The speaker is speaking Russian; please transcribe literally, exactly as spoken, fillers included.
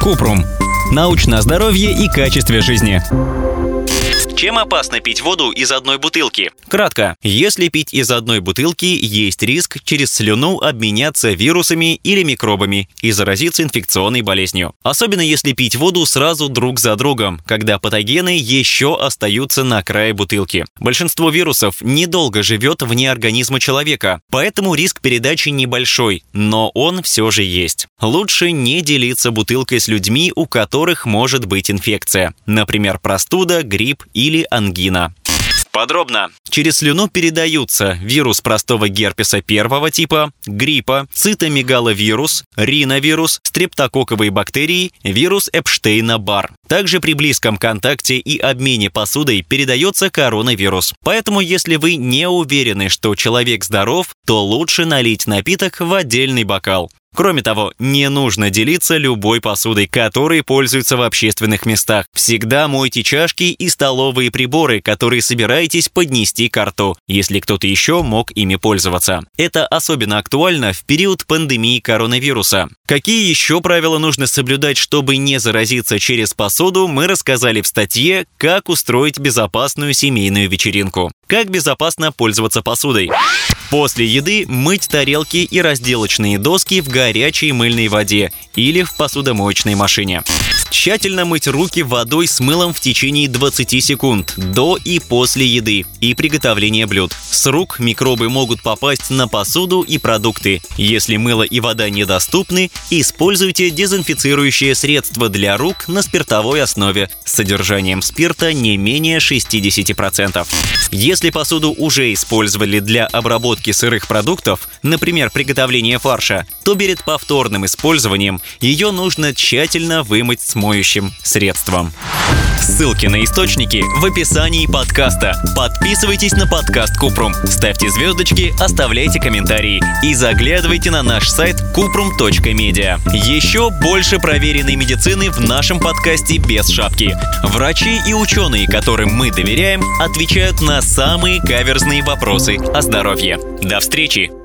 Купрум. Научное здоровье и качестве жизни. Чем опасно пить воду из одной бутылки? Кратко. Если пить из одной бутылки, есть риск через слюну обменяться вирусами или микробами и заразиться инфекционной болезнью. Особенно если пить воду сразу друг за другом, когда патогены еще остаются на крае бутылки. Большинство вирусов недолго живет вне организма человека, поэтому риск передачи небольшой, но он все же есть. Лучше не делиться бутылкой с людьми, у которых может быть инфекция. Например, простуда, грипп и или ангина. Подробно. Через слюну передаются вирус простого герпеса первого типа, гриппа, цитомегаловирус, риновирус, стрептококковые бактерии, вирус Эпштейна-Барр. Также при близком контакте и обмене посудой передается коронавирус. Поэтому, если вы не уверены, что человек здоров, то лучше налить напиток в отдельный бокал. Кроме того, не нужно делиться любой посудой, которой пользуются в общественных местах. Всегда мойте чашки и столовые приборы, которые собираетесь поднести ко рту, если кто-то еще мог ими пользоваться. Это особенно актуально в период пандемии коронавируса. Какие еще правила нужно соблюдать, чтобы не заразиться через посуду, мы рассказали в статье «Как устроить безопасную семейную вечеринку». Как безопасно пользоваться посудой? После еды мыть тарелки и разделочные доски в горячей мыльной воде или в посудомоечной машине. Тщательно мыть руки водой с мылом в течение двадцати секунд до и после еды и приготовления блюд. С рук микробы могут попасть на посуду и продукты. Если мыло и вода недоступны, используйте дезинфицирующее средство для рук на спиртовой основе с содержанием спирта не менее шестьдесят процентов. Если посуду уже использовали для обработки сырых продуктов, например, приготовления фарша, то перед повторным использованием ее нужно тщательно вымыть с моющим средством. Ссылки на источники в описании подкаста. Подписывайтесь на подкаст Купрум, ставьте звездочки, оставляйте комментарии и заглядывайте на наш сайт купрум точка медиа. Еще больше проверенной медицины в нашем подкасте без шапки. Врачи и ученые, которым мы доверяем, отвечают на самые каверзные вопросы о здоровье. До встречи!